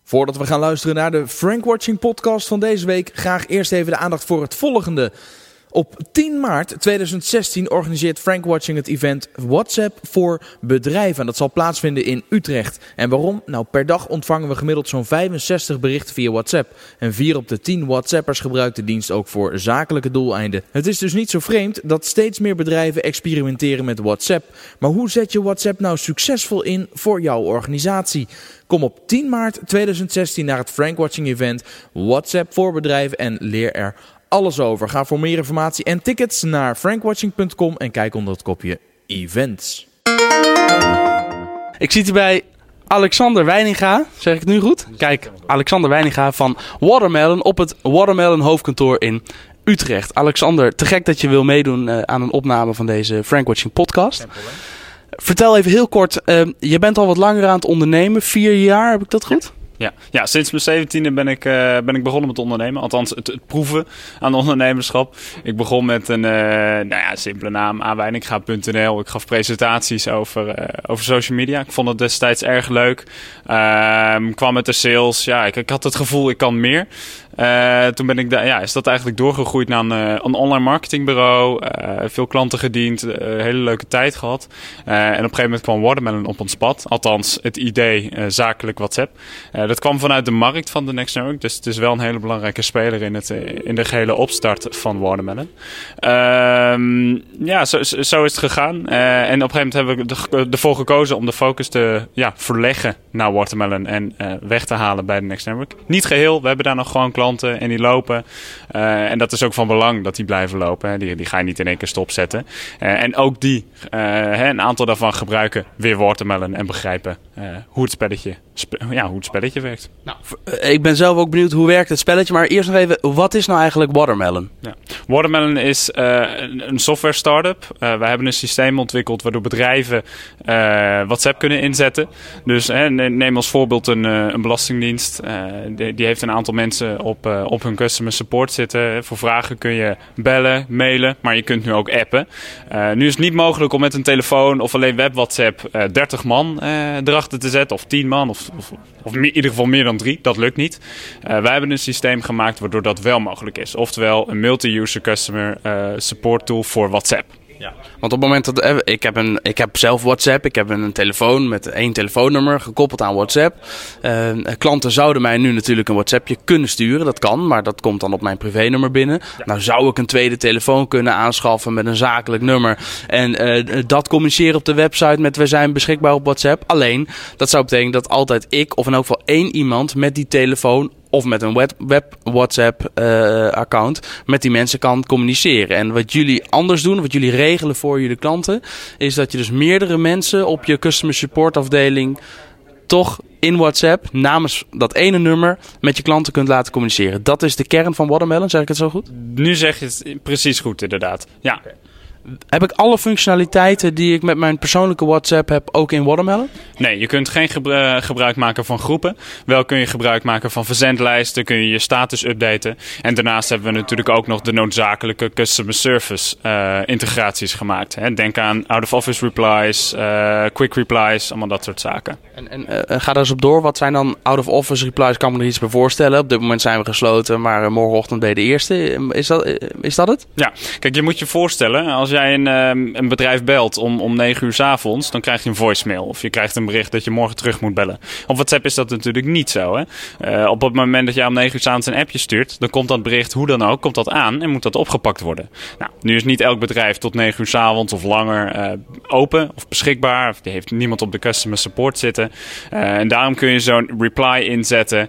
Voordat we gaan luisteren naar de Frank Watching podcast van deze week, graag eerst even de aandacht voor het volgende. Op 10 maart 2016 organiseert Frank Watching het event WhatsApp voor bedrijven. En dat zal plaatsvinden in Utrecht. En waarom? Nou, per dag ontvangen we gemiddeld zo'n 65 berichten via WhatsApp. En 4 op de 10 WhatsAppers gebruikt de dienst ook voor zakelijke doeleinden. Het is dus niet zo vreemd dat steeds meer bedrijven experimenteren met WhatsApp. Maar hoe zet je WhatsApp nou succesvol in voor jouw organisatie? Kom op 10 maart 2016 naar het Frank Watching event WhatsApp voor bedrijven en leer er alles over. Ga voor meer informatie en tickets naar frankwatching.com en kijk onder het kopje events. Ik zit hier bij Alexander Weininga. Zeg ik het nu goed? Kijk, Alexander Weininga van Watermelon op het Watermelon hoofdkantoor in Utrecht. Alexander, te gek dat je wil meedoen aan een opname van deze Frank Watching podcast. Vertel even heel kort, je bent al wat langer aan het ondernemen. 4 jaar, heb ik dat goed? Ja, sinds mijn 17e ben ik begonnen met ondernemen. Althans, het proeven aan ondernemerschap. Ik begon met een simpele naam, awijninga.nl. Ik gaf presentaties over social media. Ik vond het destijds erg leuk. Kwam met de sales. Ja, ik had het gevoel, ik kan meer. Toen is dat eigenlijk doorgegroeid naar een online marketingbureau. Veel klanten gediend. Hele leuke tijd gehad. En op een gegeven moment kwam Watermelon op ons pad. Althans, het idee zakelijk WhatsApp. Dat kwam vanuit de markt van The Next Network. Dus het is wel een hele belangrijke speler in de gehele opstart van Watermelon. Zo is het gegaan. En op een gegeven moment hebben we ervoor gekozen om de focus te verleggen naar Watermelon. En weg te halen bij The Next Network. Niet geheel. We hebben daar nog gewoon klanten en die lopen. En dat is ook van belang dat die blijven lopen. Hè. Die ga je niet in één keer stopzetten. En ook een aantal daarvan gebruiken weer Watermelon en begrijpen hoe het spelletje werkt. Nou, ik ben zelf ook benieuwd hoe werkt het spelletje. Maar eerst nog even, wat is nou eigenlijk Watermelon? Ja. Watermelon is een software startup. Wij hebben een systeem ontwikkeld waardoor bedrijven WhatsApp kunnen inzetten. Dus neem als voorbeeld een belastingdienst. Die heeft een aantal mensen op hun customer support zitten. Voor vragen kun je bellen, mailen, maar je kunt nu ook appen. Nu is het niet mogelijk om met een telefoon of alleen web WhatsApp 30 man erachter te zetten. Of 10 man of in ieder geval meer dan 3. Dat lukt niet. Wij hebben een systeem gemaakt waardoor dat wel mogelijk is. Oftewel een multi-user customer support tool voor WhatsApp. Ja. Want op het moment dat ik heb zelf WhatsApp, ik heb een telefoon met 1 telefoonnummer gekoppeld aan WhatsApp. Klanten zouden mij nu natuurlijk een WhatsAppje kunnen sturen, dat kan, maar dat komt dan op mijn privénummer binnen. Ja. Nou zou ik een tweede telefoon kunnen aanschaffen met een zakelijk nummer en dat communiceren op de website met we zijn beschikbaar op WhatsApp. Alleen, dat zou betekenen dat altijd ik of in elk geval 1 iemand met die telefoon of met een web WhatsApp account met die mensen kan communiceren. En wat jullie anders doen, wat jullie regelen voor jullie klanten, is dat je dus meerdere mensen op je customer support afdeling toch in WhatsApp namens dat ene nummer met je klanten kunt laten communiceren. Dat is de kern van Watermelon, zeg ik het zo goed? Nu zeg je het precies goed, inderdaad. Ja. Okay. Heb ik alle functionaliteiten die ik met mijn persoonlijke WhatsApp heb ook in Watermelon? Nee, je kunt geen gebruik maken van groepen. Wel kun je gebruik maken van verzendlijsten, kun je je status updaten. En daarnaast hebben we natuurlijk ook nog de noodzakelijke customer service integraties gemaakt. Hè. Denk aan out-of-office replies, quick replies, allemaal dat soort zaken. En ga daar eens op door. Wat zijn dan out-of-office replies? Ik kan me er iets bij voorstellen. Op dit moment zijn we gesloten, maar morgenochtend ben je de eerste. Is dat het? Ja, kijk, je moet je voorstellen, als jij een bedrijf belt om 9 uur 's avonds, dan krijg je een voicemail. Of je krijgt een bericht dat je morgen terug moet bellen. Op WhatsApp is dat natuurlijk niet zo. Hè? Op het moment dat jij om 9 uur 's avonds een appje stuurt, dan komt dat bericht hoe dan ook, komt dat aan en moet dat opgepakt worden. Nou, nu is niet elk bedrijf tot 9 uur 's avonds of langer open of beschikbaar. Of die heeft niemand op de customer support zitten. En daarom kun je zo'n reply inzetten.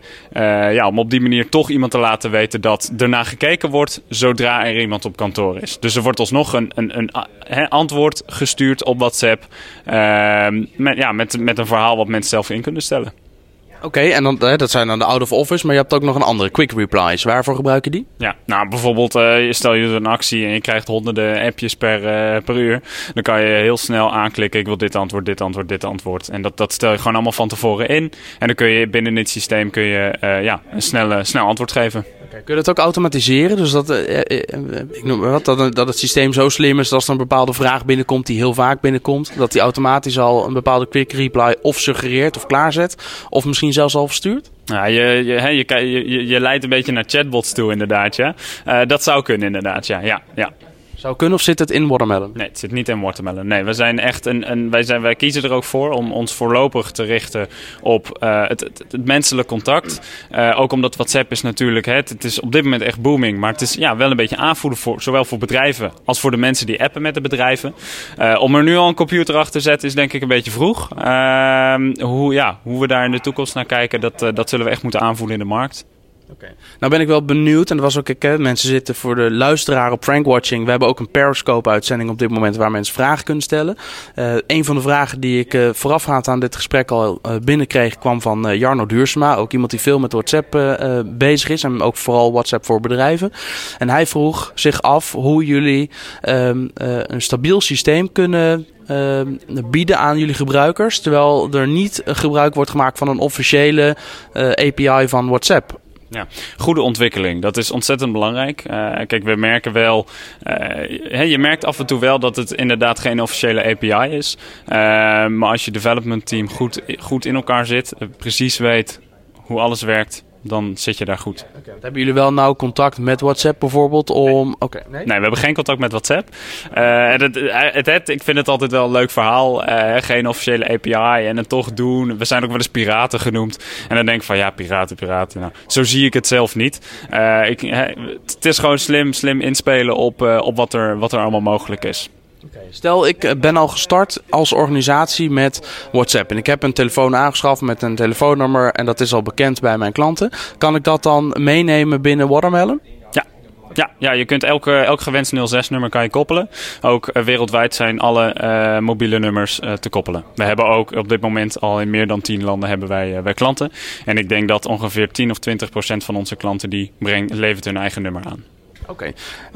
Om op die manier toch iemand te laten weten dat ernaar gekeken wordt zodra er iemand op kantoor is. Dus er wordt alsnog een antwoord gestuurd op WhatsApp met een verhaal wat mensen zelf in kunnen stellen. Oké, en dan, dat zijn dan de out-of-office, maar je hebt ook nog een andere, quick replies. Waarvoor gebruik je die? Ja, nou bijvoorbeeld stel je doet een actie en je krijgt honderden appjes per uur. Dan kan je heel snel aanklikken, ik wil dit antwoord, dit antwoord, dit antwoord. En dat stel je gewoon allemaal van tevoren in. En dan kun je binnen dit systeem een snel antwoord geven. Okay. Kun je dat ook automatiseren? Dus dat, ik noem maar wat, dat het systeem zo slim is dat als er een bepaalde vraag binnenkomt die heel vaak binnenkomt, dat die automatisch al een bepaalde quick reply of suggereert of klaarzet, of misschien zelfs al verstuurt? Ja, je leidt een beetje naar chatbots toe inderdaad, ja. Dat zou kunnen inderdaad, ja. Zou kunnen of zit het in Watermelon? Nee, het zit niet in Watermelon. Nee, we zijn echt wij kiezen er ook voor om ons voorlopig te richten op het menselijk contact. Ook omdat WhatsApp is natuurlijk, het is op dit moment echt booming. Maar het is wel een beetje aanvoelen zowel voor bedrijven als voor de mensen die appen met de bedrijven. Om er nu al een computer achter te zetten is denk ik een beetje vroeg. Hoe we daar in de toekomst naar kijken, dat zullen we echt moeten aanvoelen in de markt. Okay. Nou ben ik wel benieuwd, en dat was ook, mensen zitten voor de luisteraar op Frankwatching. We hebben ook een Periscope-uitzending op dit moment waar mensen vragen kunnen stellen. Een van de vragen die ik voorafgaand aan dit gesprek al binnenkreeg kwam van Jarno Duursema. Ook iemand die veel met WhatsApp bezig is en ook vooral WhatsApp voor bedrijven. En hij vroeg zich af hoe jullie een stabiel systeem kunnen bieden aan jullie gebruikers, terwijl er niet gebruik wordt gemaakt van een officiële API van WhatsApp. Ja, goede ontwikkeling. Dat is ontzettend belangrijk. Kijk, we merken wel, je merkt af en toe wel dat het inderdaad geen officiële API is. Maar als je development team goed in elkaar zit, precies weet hoe alles werkt, dan zit je daar goed. Okay. Hebben jullie wel nauw contact met WhatsApp bijvoorbeeld? Nee, we hebben geen contact met WhatsApp. Ik vind het altijd wel een leuk verhaal. Geen officiële API en het toch doen. We zijn ook wel eens piraten genoemd. En dan denk ik van piraten. Nou, zo zie ik het zelf niet. Het is gewoon slim inspelen op wat er allemaal mogelijk is. Okay. Stel, ik ben al gestart als organisatie met WhatsApp. En ik heb een telefoon aangeschaft met een telefoonnummer. En dat is al bekend bij mijn klanten. Kan ik dat dan meenemen binnen Watermelon? Ja, je kunt elk gewenst 06-nummer kan je koppelen. Ook wereldwijd zijn alle mobiele nummers te koppelen. We hebben ook op dit moment al in meer dan 10 landen hebben wij klanten. En ik denk dat ongeveer 10 of 20% van onze klanten levert hun eigen nummer aan. Oké.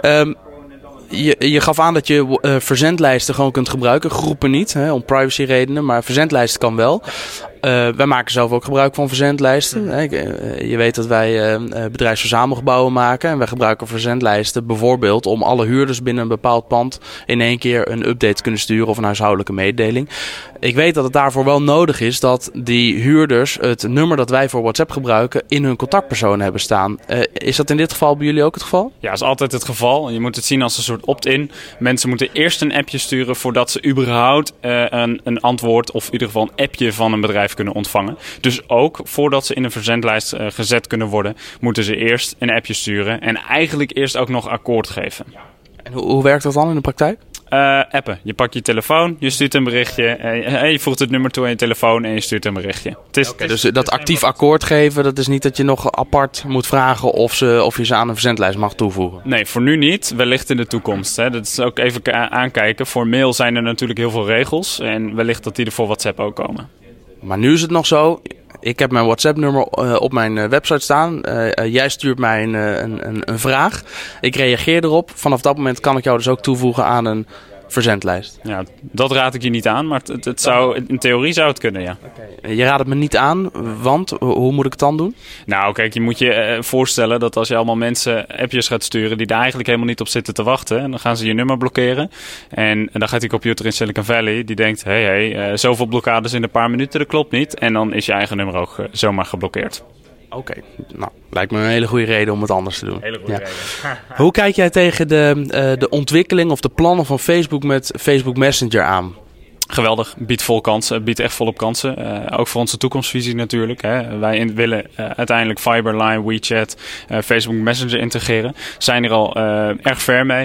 Je gaf aan dat je verzendlijsten gewoon kunt gebruiken. Groepen niet, om privacyredenen, maar verzendlijsten kan wel. Wij maken zelf ook gebruik van verzendlijsten. Je weet dat wij bedrijfsverzamelgebouwen maken. En wij gebruiken verzendlijsten bijvoorbeeld om alle huurders binnen een bepaald pand in één keer een update te kunnen sturen of een huishoudelijke mededeling. Ik weet dat het daarvoor wel nodig is dat die huurders het nummer dat wij voor WhatsApp gebruiken in hun contactpersoon hebben staan. Is dat in dit geval bij jullie ook het geval? Ja, dat is altijd het geval. Je moet het zien als een soort opt-in. Mensen moeten eerst een appje sturen voordat ze überhaupt een antwoord of in ieder geval een appje van een bedrijf kunnen ontvangen. Dus ook voordat ze in een verzendlijst gezet kunnen worden, moeten ze eerst een appje sturen en eigenlijk eerst ook nog akkoord geven. En hoe werkt dat dan in de praktijk? Appen. Je pakt je telefoon, je stuurt een berichtje. Je voegt het nummer toe aan je telefoon en je stuurt een berichtje. Dus dat actief akkoord geven, dat is niet dat je nog apart moet vragen of je ze aan een verzendlijst mag toevoegen? Nee, voor nu niet. Wellicht in de toekomst. Dat is ook even aankijken. Voor mail zijn er natuurlijk heel veel regels. En wellicht dat die er voor WhatsApp ook komen. Maar nu is het nog zo. Ik heb mijn WhatsApp-nummer op mijn website staan. Jij stuurt mij een vraag. Ik reageer erop. Vanaf dat moment kan ik jou dus ook toevoegen aan een verzendlijst. Ja, dat raad ik je niet aan, maar in theorie zou het kunnen, ja. Okay. Je raadt het me niet aan, want hoe moet ik het dan doen? Nou, kijk, je moet je voorstellen dat als je allemaal mensen appjes gaat sturen die daar eigenlijk helemaal niet op zitten te wachten, dan gaan ze je nummer blokkeren. En dan gaat die computer in Silicon Valley, die denkt, hey, zoveel blokkades in een paar minuten, dat klopt niet. En dan is je eigen nummer ook zomaar geblokkeerd. Oké, nou, lijkt me een hele goede reden om het anders te doen. Hele goede reden. Hoe kijk jij tegen de ontwikkeling of de plannen van Facebook met Facebook Messenger aan? Geweldig, biedt echt volop kansen. Ook voor onze toekomstvisie natuurlijk. Wij willen uiteindelijk Fiberline, WeChat, Facebook Messenger integreren. Zijn er al erg ver mee.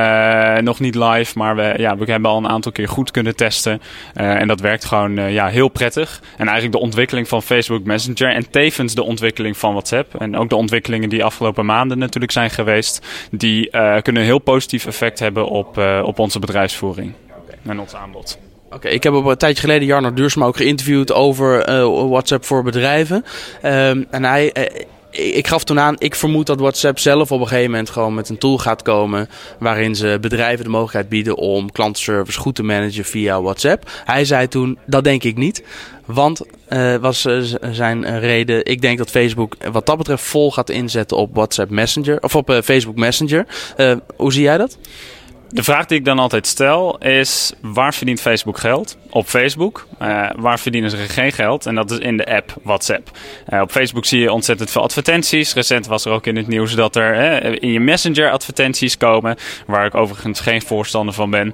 Nog niet live, maar we hebben al een aantal keer goed kunnen testen. En dat werkt gewoon heel prettig. En eigenlijk de ontwikkeling van Facebook Messenger en tevens de ontwikkeling van WhatsApp. En ook de ontwikkelingen die afgelopen maanden natuurlijk zijn geweest. Die kunnen een heel positief effect hebben op onze bedrijfsvoering en ons aanbod. Oké, ik heb een tijdje geleden Jarno Duursema ook geïnterviewd over WhatsApp voor bedrijven. En ik gaf toen aan, ik vermoed dat WhatsApp zelf op een gegeven moment gewoon met een tool gaat komen waarin ze bedrijven de mogelijkheid bieden om klantenservice goed te managen via WhatsApp. Hij zei toen, dat denk ik niet. Want was zijn reden, ik denk dat Facebook wat dat betreft vol gaat inzetten op WhatsApp Messenger of op Facebook Messenger. Hoe zie jij dat? De vraag die ik dan altijd stel is, waar verdient Facebook geld? Op Facebook. Waar verdienen ze geen geld? En dat is in de app WhatsApp. Op Facebook zie je ontzettend veel advertenties. Recent was er ook in het nieuws dat er in je Messenger advertenties komen. Waar ik overigens geen voorstander van ben.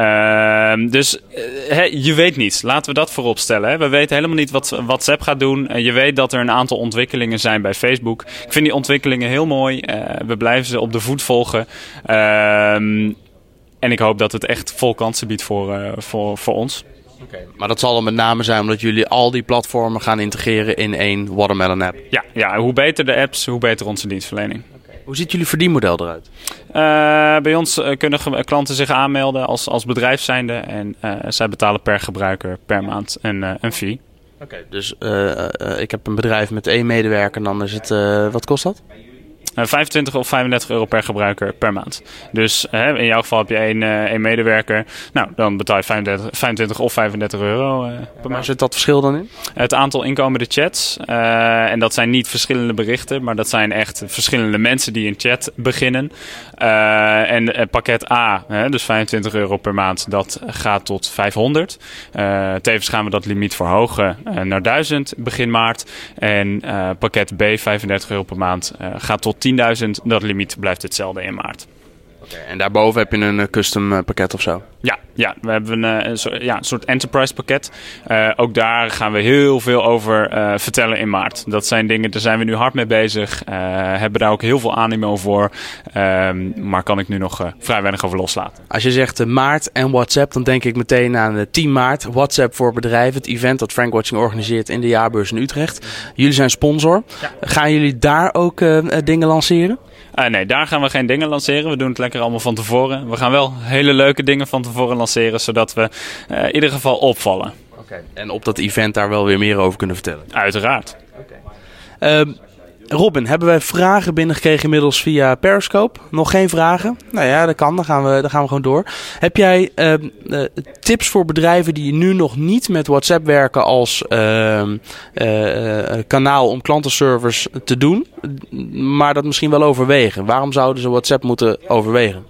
Dus je weet niet. Laten we dat voorop stellen. We weten helemaal niet wat WhatsApp gaat doen. Je weet dat er een aantal ontwikkelingen zijn bij Facebook. Ik vind die ontwikkelingen heel mooi. We blijven ze op de voet volgen. En ik hoop dat het echt vol kansen biedt voor ons. Okay. Maar dat zal dan met name zijn omdat jullie al die platformen gaan integreren in één Watermelon app. Ja, hoe beter de apps, hoe beter onze dienstverlening. Okay. Hoe ziet jullie verdienmodel eruit? Bij ons kunnen klanten zich aanmelden als bedrijf zijnde. En zij betalen per gebruiker per maand een fee. Okay. Dus ik heb een bedrijf met 1 medewerker en dan is het... wat kost dat? 25 of 35 euro per gebruiker per maand. Dus in jouw geval heb je één medewerker. Nou, dan betaal je 25 of 35 euro per maand. Waar zit dat verschil dan in? Het aantal inkomende chats. En dat zijn niet verschillende berichten, maar dat zijn echt verschillende mensen die een chat beginnen. En pakket A, dus 25 euro per maand, dat gaat tot 500. Tevens gaan we dat limiet verhogen naar 1000 begin maart. En pakket B, 35 euro per maand, gaat tot 10.000. Dat limiet blijft hetzelfde in maart. Okay, en daarboven heb je een custom pakket of zo? Ja, we hebben een soort enterprise pakket. Ook daar gaan we heel veel over vertellen in maart. Dat zijn dingen, daar zijn we nu hard mee bezig. Hebben daar ook heel veel animo voor. Maar kan ik nu nog vrij weinig over loslaten. Als je zegt maart en WhatsApp, dan denk ik meteen aan 10 maart. WhatsApp voor bedrijven, het event dat Frank Watching organiseert in de jaarbeurs in Utrecht. Jullie zijn sponsor. Ja. Gaan jullie daar ook dingen lanceren? Nee, daar gaan we geen dingen lanceren. We doen het lekker allemaal van tevoren. We gaan wel hele leuke dingen van tevoren lanceren, zodat we in ieder geval opvallen. Okay. En op dat event daar wel weer meer over kunnen vertellen? Uiteraard. Okay. Robin, hebben wij vragen binnengekregen inmiddels via Periscope? Nog geen vragen? Nou ja, dat kan. Dan gaan we gewoon door. Heb jij tips voor bedrijven die nu nog niet met WhatsApp werken als kanaal om klantenservice te doen, maar dat misschien wel overwegen? Waarom zouden ze WhatsApp moeten overwegen?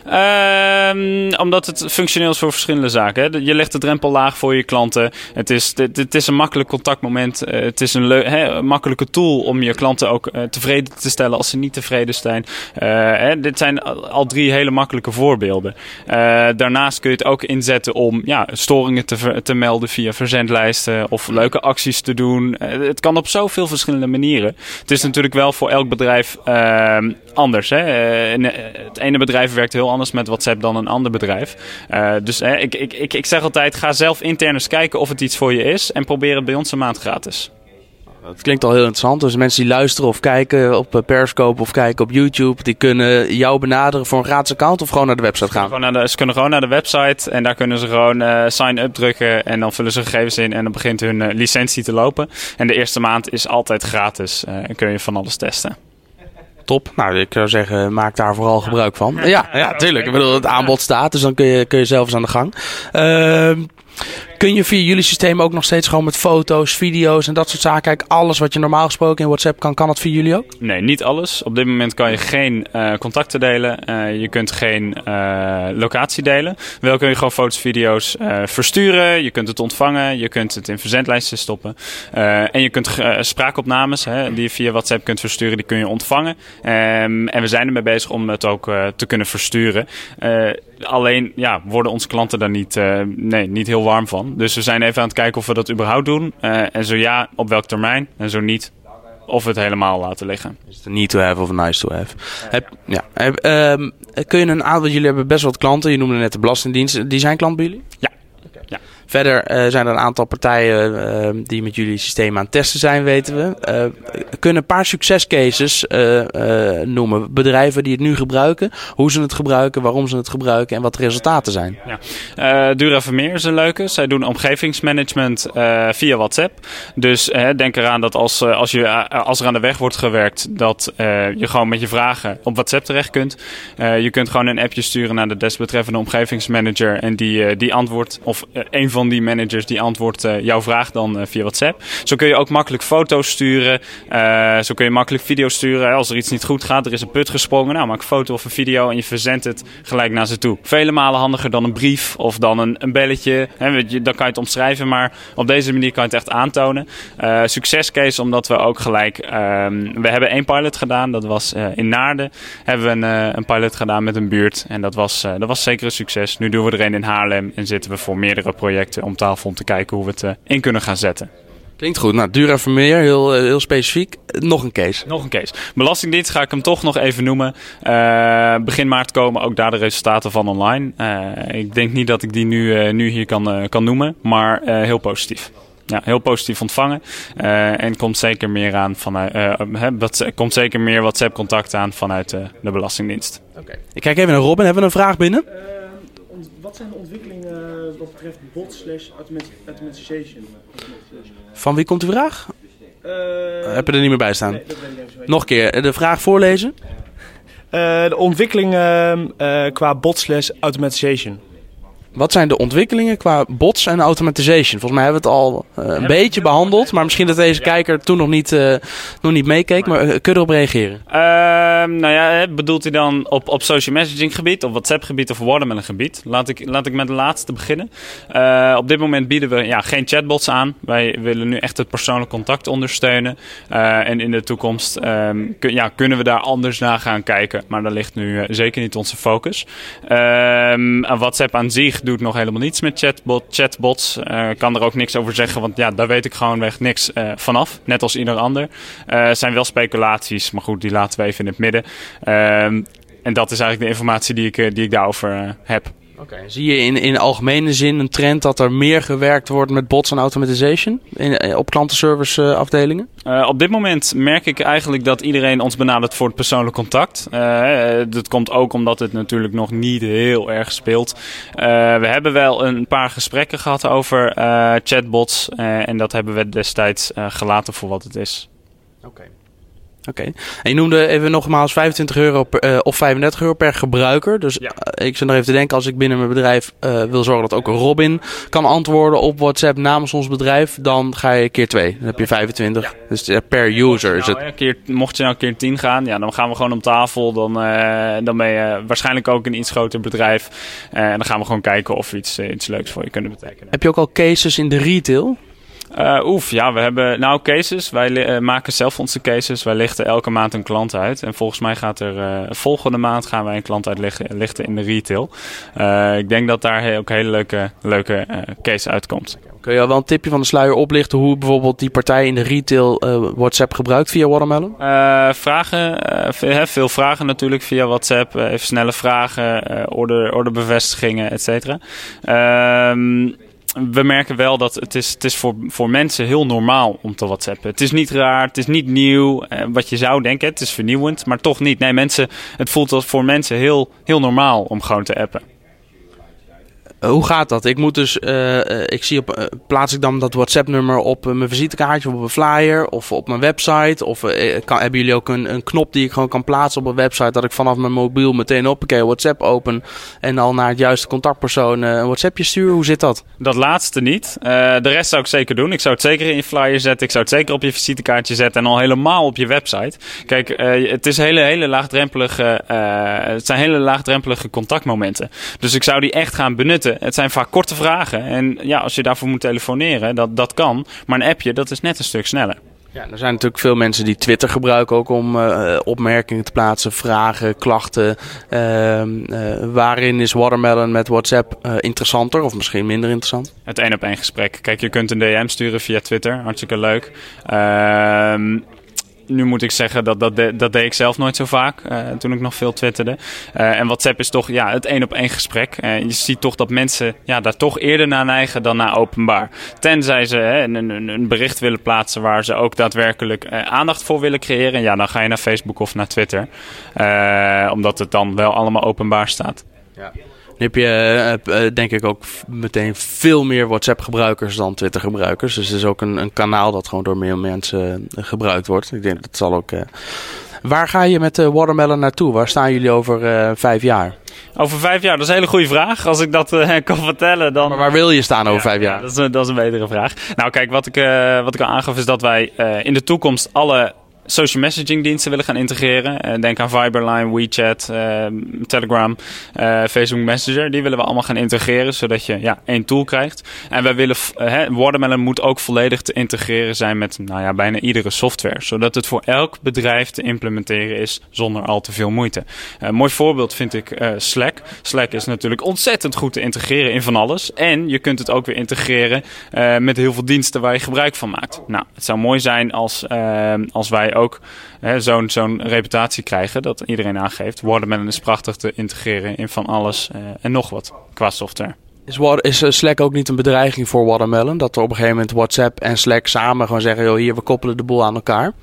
Omdat het functioneel is voor verschillende zaken. Hè. Je legt de drempel laag voor je klanten. Het is een makkelijk contactmoment. Het is een makkelijke tool om je klanten ook tevreden te stellen als ze niet tevreden zijn. Dit zijn al 3 hele makkelijke voorbeelden. Daarnaast kun je het ook inzetten om storingen te melden via verzendlijsten of leuke acties te doen. Het kan op zoveel verschillende manieren. Het is natuurlijk wel voor elk bedrijf anders. Hè. Het ene bedrijf werkt heel anders met WhatsApp dan een ander bedrijf. Dus ik zeg altijd, ga zelf intern eens kijken of het iets voor je is en probeer het bij ons een maand gratis. Dat klinkt al heel interessant. Dus mensen die luisteren of kijken op Periscope of kijken op YouTube, die kunnen jou benaderen voor een gratis account of gewoon naar de website gaan? Ze kunnen gewoon naar de website en daar kunnen ze gewoon sign-up drukken en dan vullen ze gegevens in en dan begint hun licentie te lopen. En de eerste maand is altijd gratis en kun je van alles testen. Top. Nou, ik zou zeggen, maak daar vooral gebruik van. Ja, tuurlijk. Ik bedoel, het aanbod staat, dus dan kun je zelf eens aan de gang. Kun je via jullie systeem ook nog steeds gewoon met foto's, video's en dat soort zaken, kijk, alles wat je normaal gesproken in WhatsApp kan het via jullie ook? Nee, niet alles. Op dit moment kan je geen contacten delen. Je kunt geen locatie delen. Wel kun je gewoon foto's, video's versturen. Je kunt het ontvangen. Je kunt het in verzendlijsten stoppen. En je kunt spraakopnames die je via WhatsApp kunt versturen, die kun je ontvangen. En we zijn ermee bezig om het ook te kunnen versturen. Alleen worden onze klanten daar niet heel warm van. Dus we zijn even aan het kijken of we dat überhaupt doen. En zo ja, op welk termijn. En zo niet, of we het helemaal laten liggen. Is het een need to have of een nice to have? Kun je jullie hebben best wel wat klanten. Je noemde net de Belastingdienst. Die zijn klant bij jullie? Ja. Verder zijn er een aantal partijen die met jullie systeem aan het testen zijn, weten we. Kunnen een paar succescases noemen. Bedrijven die het nu gebruiken, hoe ze het gebruiken, waarom ze het gebruiken en wat de resultaten zijn. Ja. Duravermeer is een leuke. Zij doen omgevingsmanagement via WhatsApp. Dus denk eraan dat als er aan de weg wordt gewerkt, dat je gewoon met je vragen op WhatsApp terecht kunt. Je kunt gewoon een appje sturen naar de desbetreffende omgevingsmanager en die antwoordt, of een van die managers die antwoordt jouw vraag dan via WhatsApp. Zo kun je ook makkelijk foto's sturen. Zo kun je makkelijk video's sturen. Als er iets niet goed gaat, er is een put gesprongen. Nou, maak een foto of een video en je verzendt het gelijk naar ze toe. Vele malen handiger dan een brief of dan een belletje. Dan kan je het omschrijven, maar op deze manier kan je het echt aantonen. Succescase, omdat we ook gelijk... we hebben 1 pilot gedaan. Dat was in Naarden. Hebben we een pilot gedaan met een buurt. En dat was zeker een succes. Nu doen we er een in Haarlem en zitten we voor meerdere projecten om tafel om te kijken hoe we het in kunnen gaan zetten. Klinkt goed. Nou, Duravermeer, heel specifiek. Nog een case. Nog een case. Belastingdienst ga ik hem toch nog even noemen. Begin maart komen ook daar de resultaten van online. Ik denk niet dat ik die nu hier kan noemen, maar heel positief. Ja, heel positief ontvangen. En komt zeker meer aan komt zeker meer WhatsApp-contact aan vanuit de Belastingdienst. Okay. Ik kijk even naar Robin. Hebben we een vraag binnen? Wat zijn de ontwikkelingen wat betreft bot/automatization? Van wie komt de vraag? Heb je er niet meer bij staan? Nee, dat weet ik even. Nog een keer de vraag voorlezen. De ontwikkelingen qua bot/automatization. Wat zijn de ontwikkelingen qua bots en automatization? Volgens mij hebben we het al een beetje behandeld. Maar misschien dat deze kijker toen nog niet meekeek. Maar kun je erop reageren? Bedoelt hij dan op social messaging gebied, op WhatsApp gebied of Watermelon gebied? Laat ik met de laatste beginnen. Op dit moment bieden we geen chatbots aan. Wij willen nu echt het persoonlijk contact ondersteunen. En in de toekomst kunnen we daar anders naar gaan kijken. Maar daar ligt nu zeker niet onze focus. WhatsApp aan zich doet nog helemaal niets met chatbots. Kan er ook niks over zeggen, want daar weet ik gewoonweg niks vanaf. Net als ieder ander. Zijn wel speculaties, maar goed, die laten we even in het midden. En dat is eigenlijk de informatie die ik daarover heb. Okay. Zie je in algemene zin een trend dat er meer gewerkt wordt met bots en automatization op klantenservice afdelingen? Op dit moment merk ik eigenlijk dat iedereen ons benadert voor het persoonlijk contact. Dat komt ook omdat het natuurlijk nog niet heel erg speelt. We hebben wel een paar gesprekken gehad over chatbots. En dat hebben we destijds gelaten voor wat het is. Oké. En je noemde even nogmaals €25 of €35 per gebruiker. Dus ik zit nog even te denken, als ik binnen mijn bedrijf wil zorgen dat ook een Robin kan antwoorden op WhatsApp namens ons bedrijf, dan ga je keer 2. Dan heb je 25. Dus per user is het. Mocht je nou keer 10 gaan, dan gaan we gewoon om tafel. Dan ben je waarschijnlijk ook een iets groter bedrijf. En dan gaan we gewoon kijken of we iets leuks voor je kunnen betekenen. Heb je ook al cases in de retail? We hebben cases. Wij maken zelf onze cases. Wij lichten elke maand een klant uit. En volgens mij gaat er volgende maand gaan wij een klant uitlichten in de retail. Ik denk dat daar ook hele leuke case uitkomt. Kun je al wel een tipje van de sluier oplichten hoe bijvoorbeeld die partij in de retail WhatsApp gebruikt via Watermelon? Veel vragen natuurlijk via WhatsApp. Even snelle vragen, orderbevestigingen, et cetera. We merken wel dat het is voor mensen heel normaal om te WhatsAppen. Het is niet raar, het is niet nieuw. Wat je zou denken, het is vernieuwend, maar toch niet. Nee, het voelt voor mensen heel, heel normaal om gewoon te appen. Hoe gaat dat? Ik moet dus, plaats ik dan dat WhatsApp-nummer op mijn visitekaartje of op een flyer of op mijn website? Of hebben jullie ook een knop die ik gewoon kan plaatsen op een website, dat ik vanaf mijn mobiel meteen WhatsApp open en al naar het juiste contactpersoon een WhatsAppje stuur? Hoe zit dat? Dat laatste niet. De rest zou ik zeker doen. Ik zou het zeker in je flyer zetten. Ik zou het zeker op je visitekaartje zetten en al helemaal op je website. Kijk, het is hele laagdrempelige contactmomenten. Dus ik zou die echt gaan benutten. Het zijn vaak korte vragen. En als je daarvoor moet telefoneren, dat kan. Maar een appje, dat is net een stuk sneller. Ja, er zijn natuurlijk veel mensen die Twitter gebruiken ook om opmerkingen te plaatsen, vragen, klachten. Waarin is Watermelon met WhatsApp interessanter of misschien minder interessant? Het 1-op-1 gesprek. Kijk, je kunt een DM sturen via Twitter. Hartstikke leuk. Nu moet ik zeggen, dat deed ik zelf nooit zo vaak toen ik nog veel twitterde. En WhatsApp is toch het 1-op-1 gesprek. Je ziet toch dat mensen daar toch eerder naar neigen dan naar openbaar. Tenzij ze een bericht willen plaatsen waar ze ook daadwerkelijk aandacht voor willen creëren. Ja, dan ga je naar Facebook of naar Twitter. Omdat het dan wel allemaal openbaar staat. Ja. Nu heb je denk ik ook meteen veel meer WhatsApp-gebruikers dan Twitter-gebruikers. Dus het is ook een kanaal dat gewoon door meer mensen gebruikt wordt. Ik denk dat zal ook... Waar ga je met Watermelon naartoe? Waar staan jullie over 5 jaar? Over 5 jaar, dat is een hele goede vraag. Als ik dat kan vertellen, dan... Maar waar wil je staan over 5 jaar? Dat is een betere vraag. Nou kijk, wat ik al aangaf is dat wij in de toekomst alle social messaging diensten willen gaan integreren. Denk aan Viber, Line, WeChat, Telegram, Facebook Messenger. Die willen we allemaal gaan integreren, zodat je 1 tool krijgt. En wij willen, Watermelon moet ook volledig te integreren zijn met bijna iedere software. Zodat het voor elk bedrijf te implementeren is zonder al te veel moeite. Een mooi voorbeeld vind ik Slack. Slack is natuurlijk ontzettend goed te integreren in van alles. En je kunt het ook weer integreren met heel veel diensten waar je gebruik van maakt. Nou, het zou mooi zijn als wij ook zo'n reputatie krijgen dat iedereen aangeeft. Watermelon is prachtig te integreren in van alles en nog wat qua software. Is Slack ook niet een bedreiging voor Watermelon? Dat er op een gegeven moment WhatsApp en Slack samen gewoon zeggen... joh, hier, we koppelen de boel aan elkaar?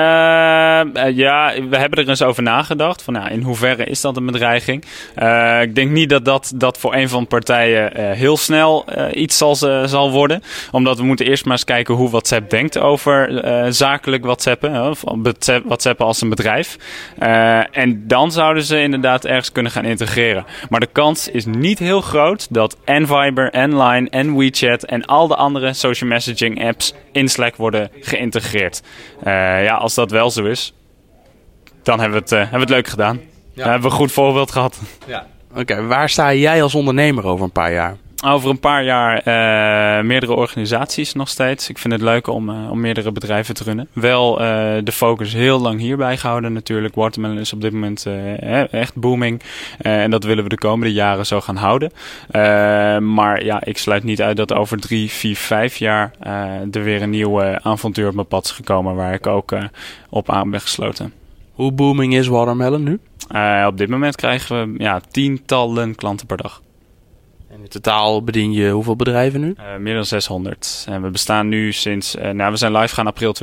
We hebben er eens over nagedacht. Van, in hoeverre is dat een bedreiging? Ik denk niet dat voor een van de partijen heel snel iets zal worden. Omdat we moeten eerst maar eens kijken hoe WhatsApp denkt over zakelijk WhatsAppen. Of WhatsAppen als een bedrijf. En dan zouden ze inderdaad ergens kunnen gaan integreren. Maar de kans is niet heel groot dat en Viber en Line en WeChat en al de andere social messaging apps in Slack worden geïntegreerd. Als dat wel zo is, dan hebben we het leuk gedaan. Ja. Dan hebben we een goed voorbeeld gehad. Ja. Oké, waar sta jij als ondernemer over een paar jaar? Over een paar jaar meerdere organisaties nog steeds. Ik vind het leuk om meerdere bedrijven te runnen. Wel de focus heel lang hierbij gehouden natuurlijk. Watermelon is op dit moment echt booming. En dat willen we de komende jaren zo gaan houden. Maar ik sluit niet uit dat over 3, 4, 5 jaar er weer een nieuwe avontuur op mijn pad is gekomen. Waar ik ook op aan ben gesloten. Hoe booming is Watermelon nu? Op dit moment krijgen we tientallen klanten per dag. En in totaal bedien je hoeveel bedrijven nu? Meer dan 600. En we bestaan nu sinds... we zijn live gaan april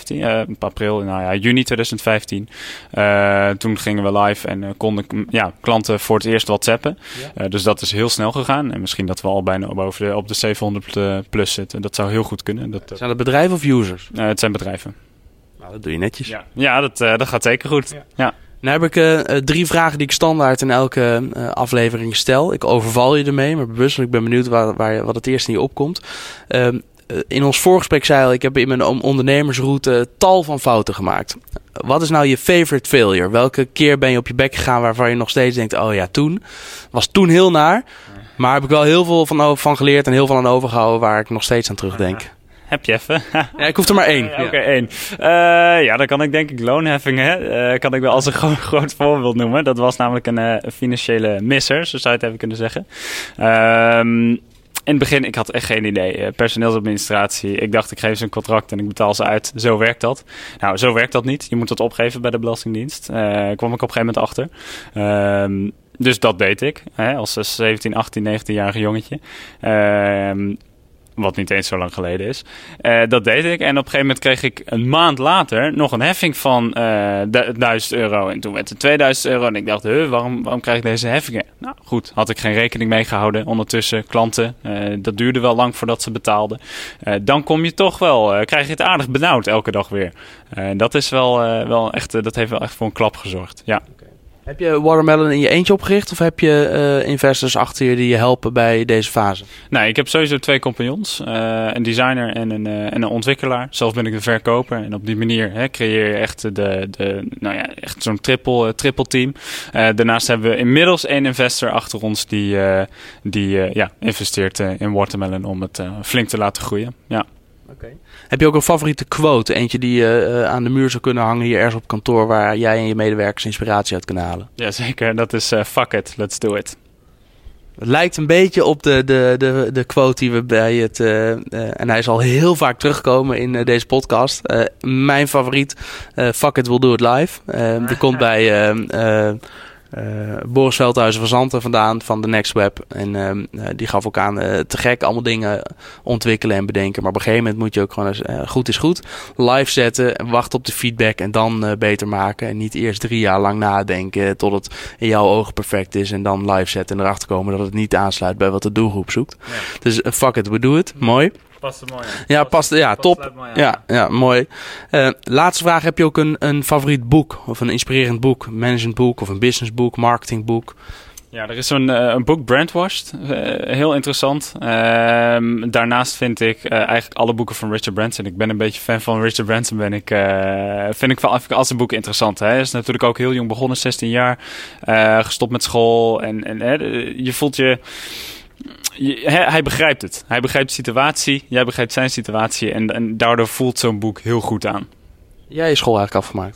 2015. Juni 2015. Toen gingen we live en konden klanten voor het eerst WhatsAppen. Ja. Dus dat is heel snel gegaan. En misschien dat we al bijna op de 700 plus zitten. Dat zou heel goed kunnen. Zijn dat bedrijven of users? Het zijn bedrijven. Nou, dat doe je netjes. Ja, dat gaat zeker goed. Ja. Dan heb ik 3 vragen die ik standaard in elke aflevering stel. Ik overval je ermee, maar bewust, want ik ben benieuwd wat het eerst in je opkomt. In ons voorgesprek zei al, ik heb in mijn ondernemersroute tal van fouten gemaakt. Wat is nou je favorite failure? Welke keer ben je op je bek gegaan waarvan je nog steeds denkt... oh ja, toen. Was toen heel naar. Maar heb ik wel heel veel van geleerd en heel veel aan overgehouden... waar ik nog steeds aan terugdenk. Heb je even? Ja, ik hoef er maar 1. Oké, 1. Dan kan ik denk ik loonheffingen... kan ik wel als een groot voorbeeld noemen. Dat was namelijk een financiële misser, zo zou je het even kunnen zeggen. In het begin, ik had echt geen idee. Personeelsadministratie. Ik dacht, ik geef ze een contract en ik betaal ze uit. Zo werkt dat. Nou, zo werkt dat niet. Je moet dat opgeven bij de Belastingdienst. Kwam ik op een gegeven moment achter. Dus dat deed ik. Als 17, 18, 19-jarige jongetje. Wat niet eens zo lang geleden is. Dat deed ik. En op een gegeven moment kreeg ik een maand later nog een heffing van €1.000. En toen werd het €2.000. En ik dacht, waarom krijg ik deze heffingen? Nou goed, had ik geen rekening mee gehouden. Ondertussen klanten. Dat duurde wel lang voordat ze betaalden. Dan kom je toch wel, krijg je het aardig benauwd elke dag weer. Dat is wel echt, dat heeft wel echt voor een klap gezorgd. Ja. Heb je Watermelon in je eentje opgericht of heb je investors achter je die je helpen bij deze fase? Nee, ik heb sowieso 2 compagnons. Een designer en een ontwikkelaar. Zelf ben ik de verkoper. En op die manier creëer je echt echt zo'n triple team. Daarnaast hebben we inmiddels 1 investor achter ons die investeert in Watermelon om het flink te laten groeien. Ja. Okay. Heb je ook een favoriete quote? Eentje die je aan de muur zou kunnen hangen hier ergens op kantoor... waar jij en je medewerkers inspiratie uit kunnen halen? Jazeker, dat is fuck it, let's do it. Het lijkt een beetje op de quote die we bij het... en hij is al heel vaak teruggekomen in deze podcast. Mijn favoriet, fuck it, we'll do it live. Die komt bij Boris Veldhuizen van Zanten vandaan, van The Next Web. En die gaf ook aan te gek allemaal dingen ontwikkelen en bedenken. Maar op een gegeven moment moet je ook gewoon eens, goed is goed, live zetten, wachten op de feedback en dan beter maken. En niet eerst 3 jaar lang nadenken tot het in jouw ogen perfect is en dan live zetten en erachter komen dat het niet aansluit bij wat de doelgroep zoekt. Ja. Dus fuck it, we do it. Mooi. Past er mooi aan. Ja, past top. Ja, mooi. Laatste vraag. Heb je ook een favoriet boek? Of een inspirerend boek? Managementboek of een businessboek? Marketingboek? Ja, er is een boek, Brandwashed. Heel interessant. Daarnaast vind ik eigenlijk alle boeken van Richard Branson. Ik ben een beetje fan van Richard Branson. Vind ik als een boek interessant. Hè. Hij is natuurlijk ook heel jong begonnen, 16 jaar. Gestopt met school. En je voelt je... Hij begrijpt het. Hij begrijpt de situatie. Jij begrijpt zijn situatie. En daardoor voelt zo'n boek heel goed aan. Jij je school eigenlijk afgemaakt?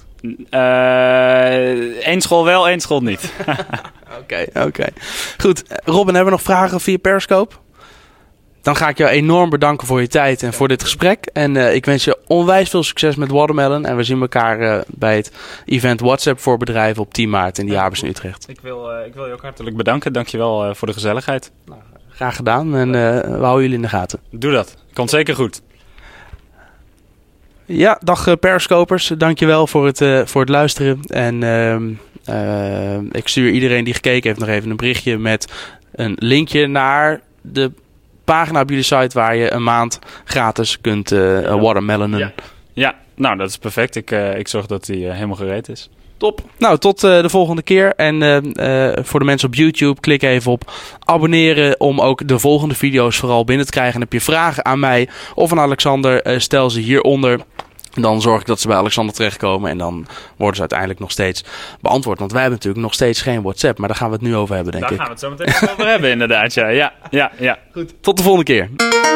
Eén school wel, 1 school niet. Oké. Goed. Robin, hebben we nog vragen via Periscope? Dan ga ik jou enorm bedanken voor je tijd en voor dit gesprek. En ik wens je onwijs veel succes met Watermelon. En we zien elkaar bij het event WhatsApp voor bedrijven op 10 maart in de Jaarbeurs in Utrecht. Ik wil je ook hartelijk bedanken. Dankjewel voor de gezelligheid. Nou, graag gedaan en we houden jullie in de gaten. Doe dat. Komt zeker goed. Ja, dag Periscopers. Dankjewel voor het luisteren. En ik stuur iedereen die gekeken heeft nog even een berichtje met een linkje naar de pagina op jullie site waar je een maand gratis kunt watermelonen. Ja, nou dat is perfect. Ik zorg dat die helemaal gereed is. Top. Nou, tot de volgende keer. En voor de mensen op YouTube, klik even op abonneren om ook de volgende video's vooral binnen te krijgen. En heb je vragen aan mij of aan Alexander, stel ze hieronder. Dan zorg ik dat ze bij Alexander terechtkomen en dan worden ze uiteindelijk nog steeds beantwoord. Want wij hebben natuurlijk nog steeds geen WhatsApp, maar daar gaan we het nu over hebben, denk ik. Daar gaan we het zo meteen over hebben, inderdaad. Ja. Goed. Tot de volgende keer.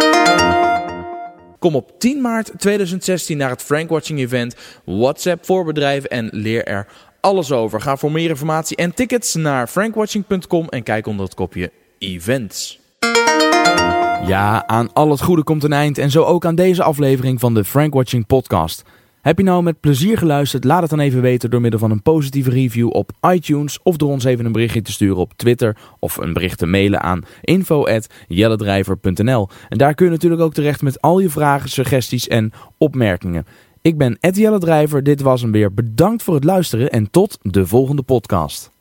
Kom op 10 maart 2016 naar het Frankwatching event WhatsApp voor bedrijven en leer er alles over. Ga voor meer informatie en tickets naar frankwatching.com en kijk onder het kopje events. Ja, aan al het goede komt een eind en zo ook aan deze aflevering van de Frankwatching podcast. Heb je nou met plezier geluisterd? Laat het dan even weten door middel van een positieve review op iTunes of door ons even een berichtje te sturen op Twitter of een bericht te mailen aan info@jelledrijver.nl. En daar kun je natuurlijk ook terecht met al je vragen, suggesties en opmerkingen. Ik ben Jelle Drijver, dit was hem weer. Bedankt voor het luisteren en tot de volgende podcast.